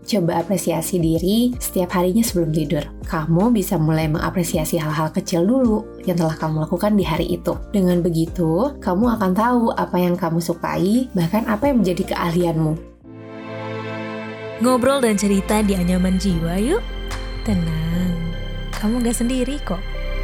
Coba apresiasi diri setiap harinya sebelum tidur. Kamu bisa mulai mengapresiasi hal-hal kecil dulu yang telah kamu lakukan di hari itu. Dengan begitu, kamu akan tahu apa yang kamu sukai, bahkan apa yang menjadi keahlianmu. Ngobrol dan cerita di Anyaman Jiwa yuk. Tenang, kamu gak sendiri kok.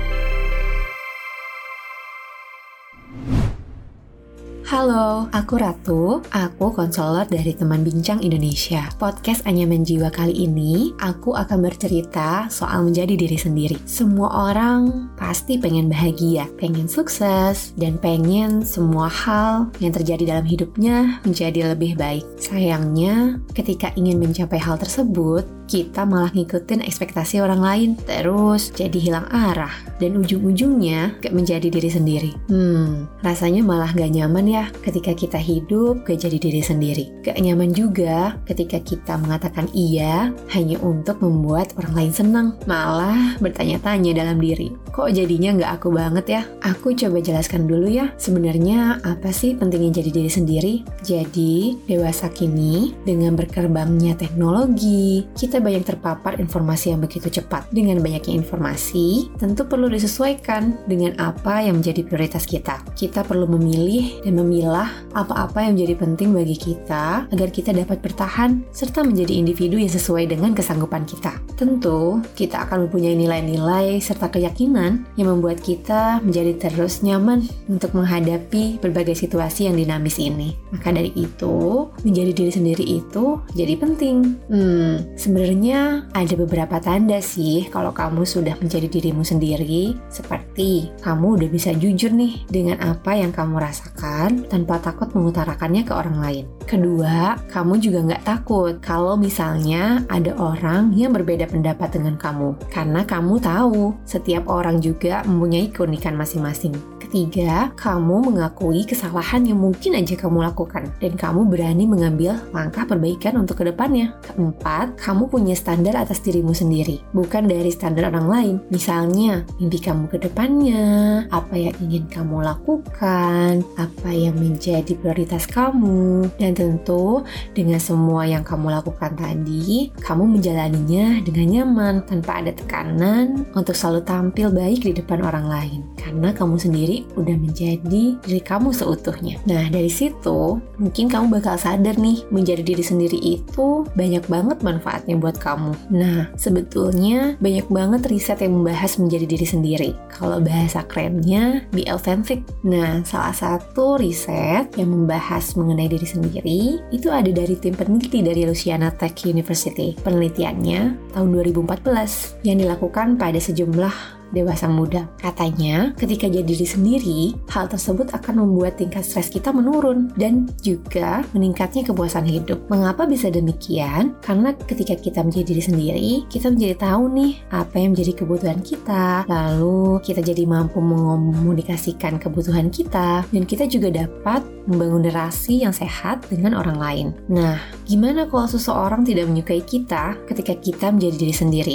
Halo, aku Ratu. Aku konselor dari Teman Bincang Indonesia. Podcast Anyaman Jiwa kali ini, aku akan bercerita soal menjadi diri sendiri. Semua orang pasti pengen bahagia, pengen sukses, dan pengen semua hal yang terjadi dalam hidupnya menjadi lebih baik. Sayangnya, ketika ingin mencapai hal tersebut, kita malah ngikutin ekspektasi orang lain, terus jadi hilang arah, dan ujung-ujungnya gak menjadi diri sendiri. Rasanya malah gak nyaman ya ketika kita hidup gak jadi diri sendiri. Gak nyaman juga ketika kita mengatakan iya hanya untuk membuat orang lain senang, malah bertanya-tanya dalam diri, kok jadinya gak aku banget ya? Aku coba jelaskan dulu ya, sebenarnya apa sih pentingnya jadi diri sendiri? Jadi, dewasa kini dengan berkembangnya teknologi, kita banyak terpapar informasi yang begitu cepat. Dengan banyaknya informasi, tentu perlu disesuaikan dengan apa yang menjadi prioritas kita. Kita perlu memilih dan memilah apa-apa yang menjadi penting bagi kita agar kita dapat bertahan serta menjadi individu yang sesuai dengan kesanggupan kita. Tentu, kita akan mempunyai nilai-nilai serta keyakinan yang membuat kita menjadi terus nyaman untuk menghadapi berbagai situasi yang dinamis ini. Maka dari itu, menjadi diri sendiri itu jadi penting. Sebenarnya ada beberapa tanda sih kalau kamu sudah menjadi dirimu sendiri, seperti kamu udah bisa jujur nih dengan apa yang kamu rasakan tanpa takut mengutarakannya ke orang lain. Kedua, kamu juga nggak takut kalau misalnya ada orang yang berbeda pendapat dengan kamu, karena kamu tahu setiap orang juga mempunyai keunikan masing-masing. Ketiga, kamu mengakui kesalahan yang mungkin aja kamu lakukan dan kamu berani mengambil langkah perbaikan untuk kedepannya. Keempat, kamu punya standar atas dirimu sendiri, bukan dari standar orang lain. Misalnya, mimpi kamu ke depannya, apa yang ingin kamu lakukan, apa yang menjadi prioritas kamu, dan tentu dengan semua yang kamu lakukan tadi, kamu menjalaninya dengan nyaman, tanpa ada tekanan untuk selalu tampil baik di depan orang lain, karena kamu sendiri udah menjadi diri kamu seutuhnya. Nah, dari situ mungkin kamu bakal sadar nih, menjadi diri sendiri itu banyak banget manfaatnya buat kamu. Nah, sebetulnya banyak banget riset yang membahas menjadi diri sendiri. Kalau bahasa kerennya, be authentic. Nah, salah satu riset yang membahas mengenai diri sendiri itu ada dari tim peneliti dari Louisiana Tech University. Penelitiannya tahun 2014 yang dilakukan pada sejumlah dewasa muda. Katanya, ketika jadi diri sendiri, hal tersebut akan membuat tingkat stres kita menurun dan juga meningkatnya kepuasan hidup. Mengapa bisa demikian? Karena ketika kita menjadi diri sendiri, kita menjadi tahu nih apa yang menjadi kebutuhan kita, lalu kita jadi mampu mengomunikasikan kebutuhan kita, dan kita juga dapat membangun relasi yang sehat dengan orang lain. Nah, gimana kalau seseorang tidak menyukai kita ketika kita menjadi diri sendiri?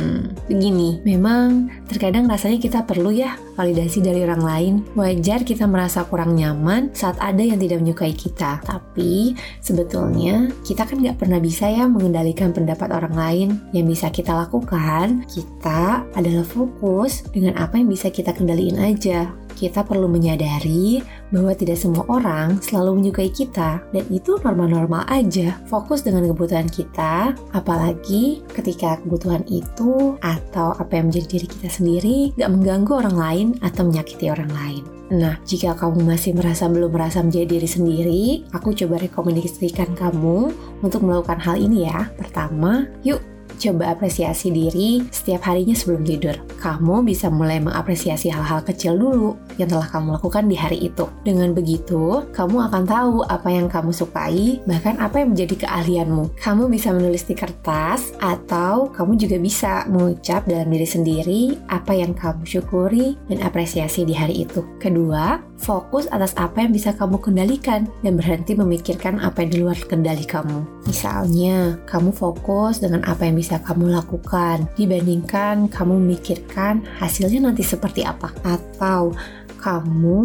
Begini, memang terkadang rasanya kita perlu ya validasi dari orang lain. Wajar kita merasa kurang nyaman saat ada yang tidak menyukai kita. Tapi sebetulnya kita kan gak pernah bisa ya mengendalikan pendapat orang lain. Yang bisa kita lakukan, kita adalah fokus dengan apa yang bisa kita kendaliin aja. Kita perlu menyadari bahwa tidak semua orang selalu menyukai kita, dan itu normal-normal aja. Fokus dengan kebutuhan kita, apalagi ketika kebutuhan itu atau apa yang menjadi diri kita sendiri gak mengganggu orang lain atau menyakiti orang lain. Nah, jika kamu masih belum merasa menjadi diri sendiri, aku coba rekomendasikan kamu untuk melakukan hal ini ya. Pertama, yuk coba apresiasi diri setiap harinya sebelum tidur. Kamu bisa mulai mengapresiasi hal-hal kecil dulu yang telah kamu lakukan di hari itu. Dengan begitu, kamu akan tahu apa yang kamu sukai, bahkan apa yang menjadi keahlianmu. Kamu bisa menulis di kertas, atau kamu juga bisa mengucap dalam diri sendiri apa yang kamu syukuri dan apresiasi di hari itu. Kedua, fokus atas apa yang bisa kamu kendalikan dan berhenti memikirkan apa yang di luar kendali kamu. Misalnya, kamu fokus dengan apa yang bisa kamu lakukan dibandingkan kamu memikirkan hasilnya nanti seperti apa. Atau kamu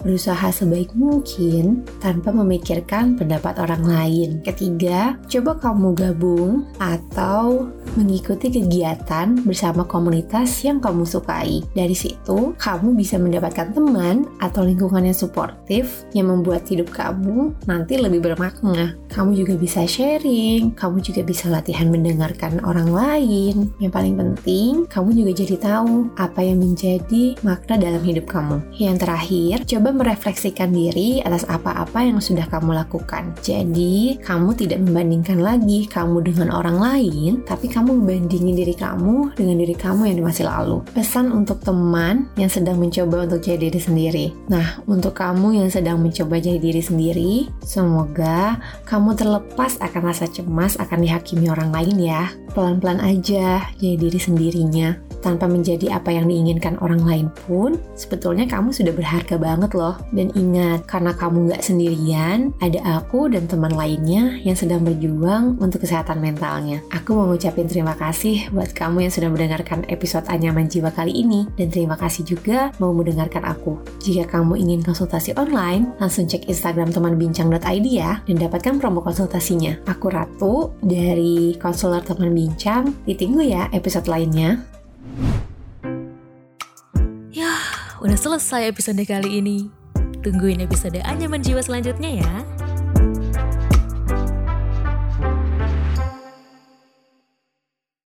berusaha sebaik mungkin tanpa memikirkan pendapat orang lain. Ketiga, coba kamu gabung atau mengikuti kegiatan bersama komunitas yang kamu sukai. Dari situ, kamu bisa mendapatkan teman atau lingkungan yang suportif yang membuat hidup kamu nanti lebih bermakna. Kamu juga bisa sharing, kamu juga bisa latihan mendengarkan orang lain. Yang paling penting, kamu juga jadi tahu apa yang menjadi makna dalam hidup kamu. Yang terakhir, coba merefleksikan diri atas apa-apa yang sudah kamu lakukan. Jadi, kamu tidak membandingkan lagi kamu dengan orang lain, tapi kamu membandingin diri kamu dengan diri kamu yang di masa lalu. Pesan untuk teman yang sedang mencoba untuk jadi diri sendiri. Nah, untuk kamu yang sedang mencoba jadi diri sendiri, semoga kamu terlepas akan rasa cemas akan dihakimi orang lain ya. Pelan-pelan aja jadi diri sendirinya. Tanpa menjadi apa yang diinginkan orang lain pun, sebetulnya kamu sudah berharga banget loh. Dan ingat, karena kamu gak sendirian, ada aku dan teman lainnya yang sedang berjuang untuk kesehatan mentalnya. Aku mau ngucapin terima kasih buat kamu yang sudah mendengarkan episode Anyaman Jiwa kali ini. Dan terima kasih juga mau mendengarkan aku. Jika kamu ingin konsultasi online, langsung cek Instagram temanbincang.id ya, dan dapatkan promo konsultasinya. Aku Ratu dari Konselor Teman Bincang. Ditunggu ya episode lainnya. Udah selesai episode kali ini. Tungguin episode Anyaman Jiwa selanjutnya ya.